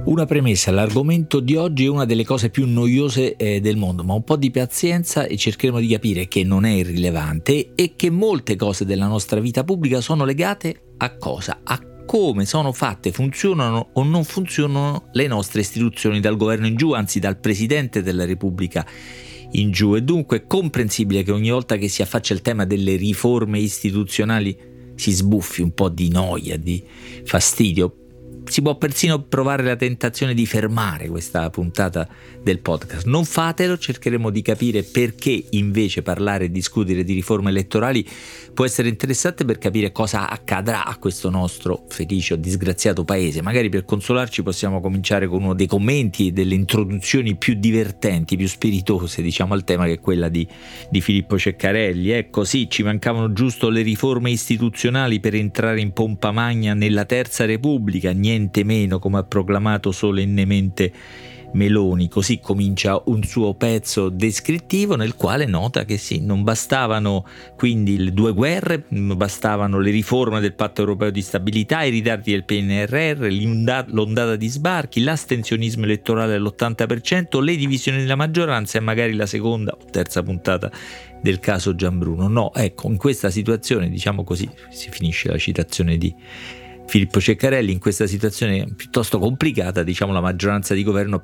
Una premessa: l'argomento di oggi è una delle cose più noiose del mondo, ma un po' di pazienza e cercheremo di capire che non è irrilevante e che molte cose della nostra vita pubblica sono legate a cosa? A come sono fatte, funzionano o non funzionano le nostre istituzioni dal governo in giù, anzi dal Presidente della Repubblica in giù. E dunque è comprensibile che ogni volta che si affaccia il tema delle riforme istituzionali si sbuffi un po' di noia, di fastidio. Si può persino provare la tentazione di fermare questa puntata del podcast. Non fatelo, cercheremo di capire perché invece parlare e discutere di riforme elettorali può essere interessante per capire cosa accadrà a questo nostro felice o disgraziato paese. Magari per consolarci possiamo cominciare con uno dei commenti e delle introduzioni più divertenti, più spiritose, diciamo, al tema, che è quella di Filippo Ceccarelli. Ecco, sì, ci mancavano giusto le riforme istituzionali per entrare in pompa magna nella Terza Repubblica, niente meno, come ha proclamato solennemente Meloni. Così comincia un suo pezzo descrittivo nel quale nota che sì, non bastavano quindi le due guerre, non bastavano le riforme del Patto Europeo di Stabilità, i ritardi del PNRR, l'ondata di sbarchi, l'astensionismo elettorale all'80%, le divisioni della maggioranza e magari la seconda o terza puntata del caso Gianbruno. No, ecco, in questa situazione, diciamo così, si finisce la citazione di Filippo Ceccarelli, in questa situazione piuttosto complicata, diciamo, la maggioranza di governo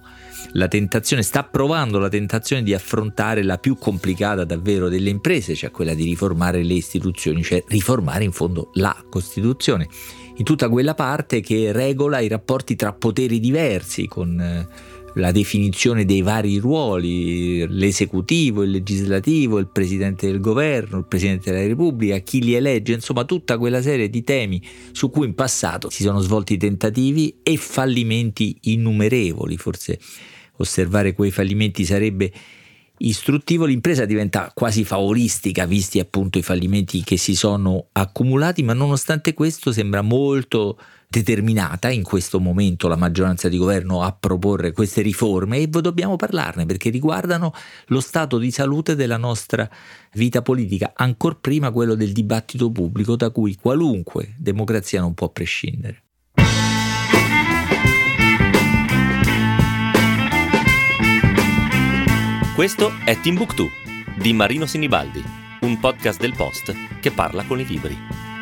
sta provando la tentazione di affrontare la più complicata davvero delle imprese, cioè quella di riformare le istituzioni, cioè riformare in fondo la Costituzione, in tutta quella parte che regola i rapporti tra poteri diversi, con la definizione dei vari ruoli, l'esecutivo, il legislativo, il presidente del governo, il presidente della Repubblica, chi li elegge, insomma tutta quella serie di temi su cui in passato si sono svolti tentativi e fallimenti innumerevoli. Forse osservare quei fallimenti sarebbe istruttivo. L'impresa diventa quasi favoristica visti appunto i fallimenti che si sono accumulati, ma nonostante questo sembra molto determinata in questo momento la maggioranza di governo a proporre queste riforme, e dobbiamo parlarne perché riguardano lo stato di salute della nostra vita politica, ancor prima quello del dibattito pubblico, da cui qualunque democrazia non può prescindere. Questo è Timbuktu di Marino Sinibaldi, un podcast del Post che parla con i libri.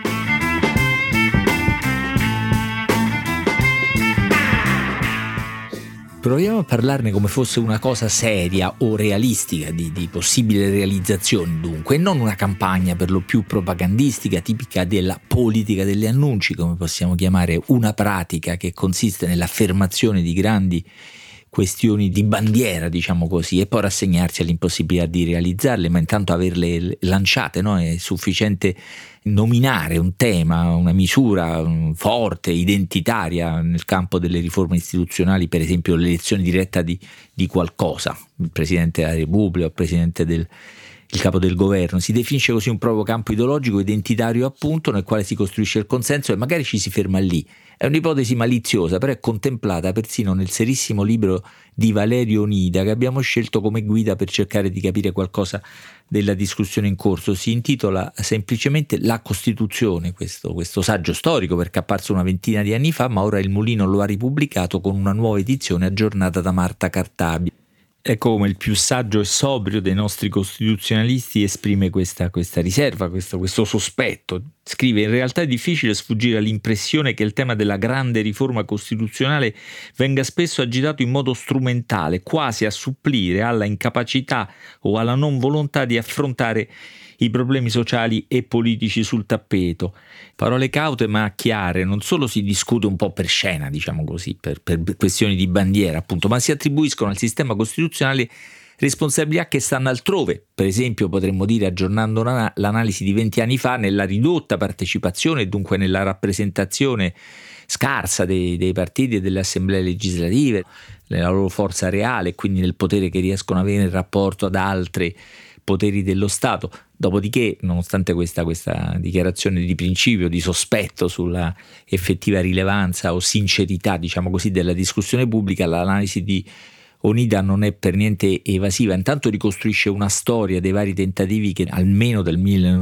Proviamo a parlarne come fosse una cosa seria o realistica, di possibile realizzazione dunque, e non una campagna per lo più propagandistica tipica della politica degli annunci, come possiamo chiamare una pratica che consiste nell'affermazione di grandi questioni di bandiera, diciamo così, e poi rassegnarsi all'impossibilità di realizzarle, ma intanto averle lanciate, no? È sufficiente nominare un tema, una misura forte, identitaria nel campo delle riforme istituzionali, per esempio l'elezione diretta di qualcosa, il Presidente della Repubblica o il Presidente il capo del governo. Si definisce così un proprio campo ideologico identitario, appunto, nel quale si costruisce il consenso e magari ci si ferma lì. È un'ipotesi maliziosa, però è contemplata persino nel serissimo libro di Valerio Onida che abbiamo scelto come guida per cercare di capire qualcosa della discussione in corso. Si intitola semplicemente La Costituzione, questo saggio storico, perché è apparso una ventina di anni fa, ma ora il Mulino lo ha ripubblicato con una nuova edizione aggiornata da Marta Cartabia. Ecco come il più saggio e sobrio dei nostri costituzionalisti esprime questa riserva, questo sospetto. Scrive: in realtà è difficile sfuggire all'impressione che il tema della grande riforma costituzionale venga spesso agitato in modo strumentale, quasi a supplire alla incapacità o alla non volontà di affrontare i problemi sociali e politici sul tappeto. Parole caute ma chiare, non solo si discute un po' per scena, diciamo così, per questioni di bandiera appunto, ma si attribuiscono al sistema costituzionale responsabilità che stanno altrove. Per esempio potremmo dire, aggiornando l'analisi di 20 anni fa, nella ridotta partecipazione e dunque nella rappresentazione scarsa dei partiti e delle assemblee legislative, nella loro forza reale, quindi nel potere che riescono ad avere in rapporto ad altri poteri dello Stato. Dopodiché, nonostante questa dichiarazione di principio, di sospetto sulla effettiva rilevanza o sincerità, diciamo così, della discussione pubblica, l'analisi di Onida non è per niente evasiva, intanto ricostruisce una storia dei vari tentativi che almeno dal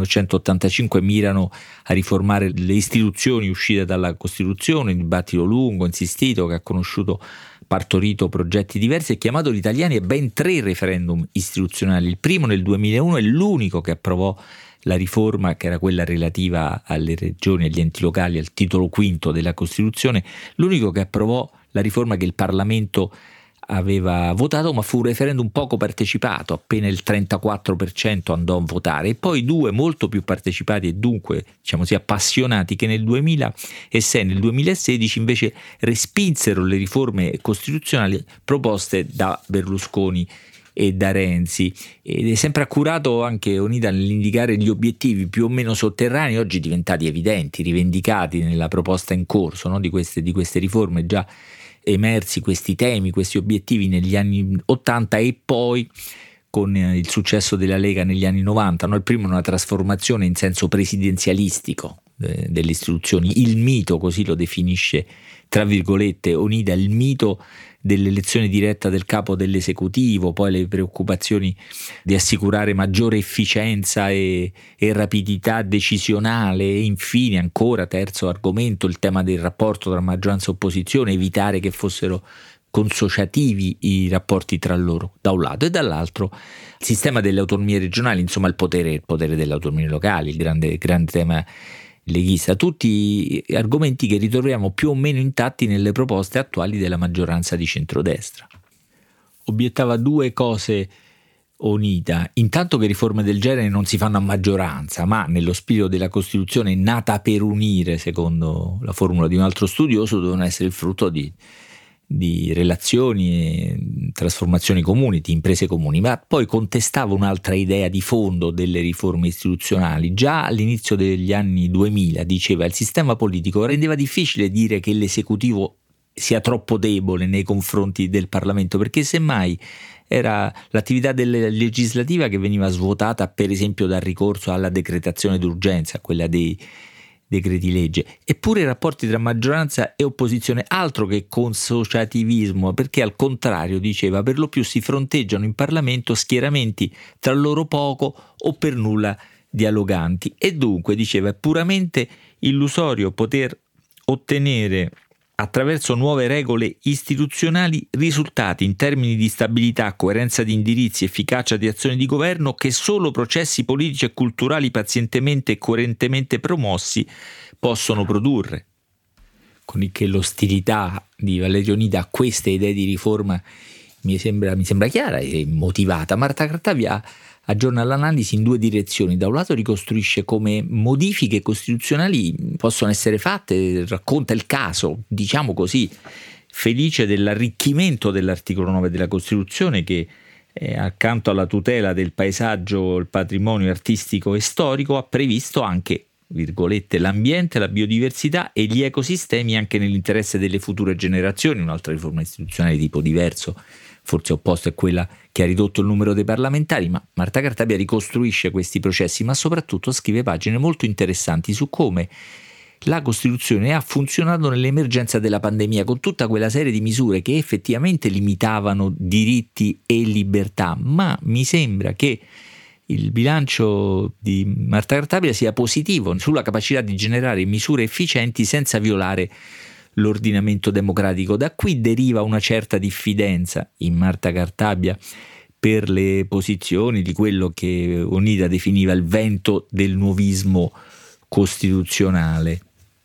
1985 mirano a riformare le istituzioni uscite dalla Costituzione, un dibattito lungo, insistito, che ha conosciuto, partorito progetti diversi e chiamato gli italiani a ben 3 referendum istituzionali. Il primo nel 2001 è l'unico che approvò la riforma, che era quella relativa alle regioni, agli enti locali, al titolo quinto della Costituzione, l'unico che approvò la riforma che il Parlamento aveva votato, ma fu un referendum poco partecipato, appena il 34% andò a votare, e poi 2 molto più partecipati e dunque appassionati, che nel 2006 e nel 2016 invece respinsero le riforme costituzionali proposte da Berlusconi e da Renzi. Ed è sempre accurato anche Onida nell'indicare gli obiettivi più o meno sotterranei, oggi diventati evidenti, rivendicati nella proposta in corso, no? di queste riforme, già emersi questi temi, questi obiettivi negli anni 80 e poi con il successo della Lega negli anni 90. Il primo è una trasformazione in senso presidenzialistico delle istituzioni, il mito, così lo definisce tra virgolette Onida, il mito dell'elezione diretta del capo dell'esecutivo, poi le preoccupazioni di assicurare maggiore efficienza e rapidità decisionale, e infine ancora, terzo argomento, il tema del rapporto tra maggioranza e opposizione, evitare che fossero consociativi i rapporti tra loro da un lato, e dall'altro il sistema delle autonomie regionali, insomma il potere delle autonomie locali, il grande tema leghista, tutti argomenti che ritroviamo più o meno intatti nelle proposte attuali della maggioranza di centrodestra. Obiettava 2 cose Onida: intanto che riforme del genere non si fanno a maggioranza, ma nello spirito della Costituzione nata per unire, secondo la formula di un altro studioso, devono essere il frutto di relazioni e trasformazioni comuni, di imprese comuni. Ma poi contestava un'altra idea di fondo delle riforme istituzionali. Già all'inizio degli anni 2000 diceva: il sistema politico rendeva difficile dire che l'esecutivo sia troppo debole nei confronti del Parlamento, perché semmai era l'attività legislativa che veniva svuotata, per esempio, dal ricorso alla decretazione d'urgenza, quella dei decreti legge. Eppure i rapporti tra maggioranza e opposizione, altro che consociativismo, perché al contrario, diceva, per lo più si fronteggiano in Parlamento schieramenti tra loro poco o per nulla dialoganti, e dunque, diceva, è puramente illusorio poter ottenere attraverso nuove regole istituzionali risultati in termini di stabilità, coerenza di indirizzi, efficacia di azione di governo che solo processi politici e culturali pazientemente e coerentemente promossi possono produrre. Con il che l'ostilità di Valerio Onida a queste idee di riforma mi sembra chiara e motivata. Marta Cartabia aggiorna l'analisi in 2 direzioni. Da un lato ricostruisce come modifiche costituzionali possono essere fatte, racconta il caso, diciamo così, felice dell'arricchimento dell'articolo 9 della Costituzione, che accanto alla tutela del paesaggio, il patrimonio artistico e storico, ha previsto anche, virgolette, l'ambiente, la biodiversità e gli ecosistemi anche nell'interesse delle future generazioni. Un'altra riforma istituzionale di tipo diverso, forse opposto, è quella che ha ridotto il numero dei parlamentari, ma Marta Cartabia ricostruisce questi processi, ma soprattutto scrive pagine molto interessanti su come la Costituzione ha funzionato nell'emergenza della pandemia, con tutta quella serie di misure che effettivamente limitavano diritti e libertà, ma mi sembra che il bilancio di Marta Cartabia sia positivo sulla capacità di generare misure efficienti senza violare l'ordinamento democratico. Da qui deriva una certa diffidenza in Marta Cartabia per le posizioni di quello che Onida definiva il vento del nuovismo costituzionale.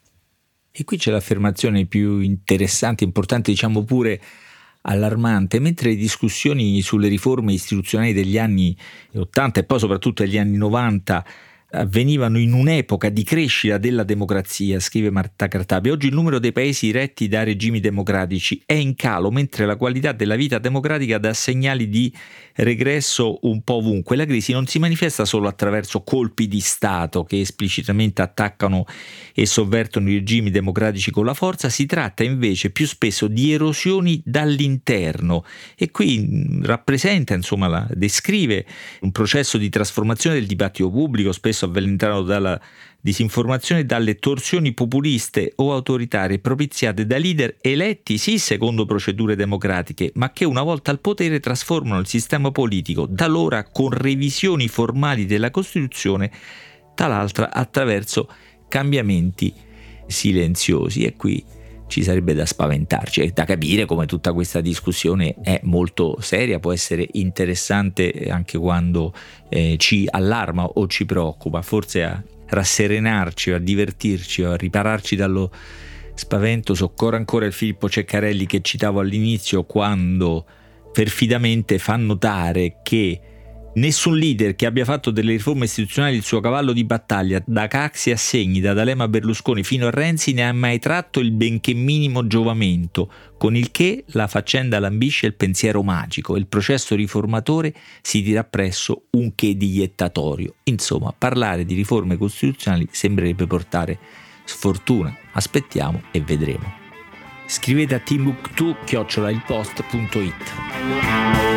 E qui c'è l'affermazione più interessante, importante, diciamo pure allarmante. Mentre le discussioni sulle riforme istituzionali degli anni 80 e poi soprattutto degli anni 90 avvenivano in un'epoca di crescita della democrazia, scrive Marta Cartabia, oggi il numero dei paesi retti da regimi democratici è in calo, mentre la qualità della vita democratica dà segnali di regresso un po' ovunque. La crisi non si manifesta solo attraverso colpi di Stato che esplicitamente attaccano e sovvertono i regimi democratici con la forza, si tratta invece più spesso di erosioni dall'interno, e qui rappresenta, descrive un processo di trasformazione del dibattito pubblico, spesso avvelentato dalla disinformazione, dalle torsioni populiste o autoritarie propiziate da leader eletti sì secondo procedure democratiche, ma che una volta al potere trasformano il sistema politico, talora con revisioni formali della Costituzione, tal'altra attraverso cambiamenti silenziosi. E qui ci sarebbe da spaventarci e da capire come tutta questa discussione è molto seria, può essere interessante anche quando ci allarma o ci preoccupa, forse a rasserenarci o a divertirci o a ripararci dallo spavento soccorre ancora il Filippo Ceccarelli che citavo all'inizio, quando perfidamente fa notare che nessun leader che abbia fatto delle riforme istituzionali il suo cavallo di battaglia, da Craxi a Segni, da D'Alema a Berlusconi fino a Renzi, ne ha mai tratto il benché minimo giovamento, con il che la faccenda lambisce il pensiero magico e il processo riformatore si tira appresso un che di iettatorio. Insomma, parlare di riforme costituzionali sembrerebbe portare sfortuna. Aspettiamo e vedremo. Scrivete a timbuktu@ilpost.it.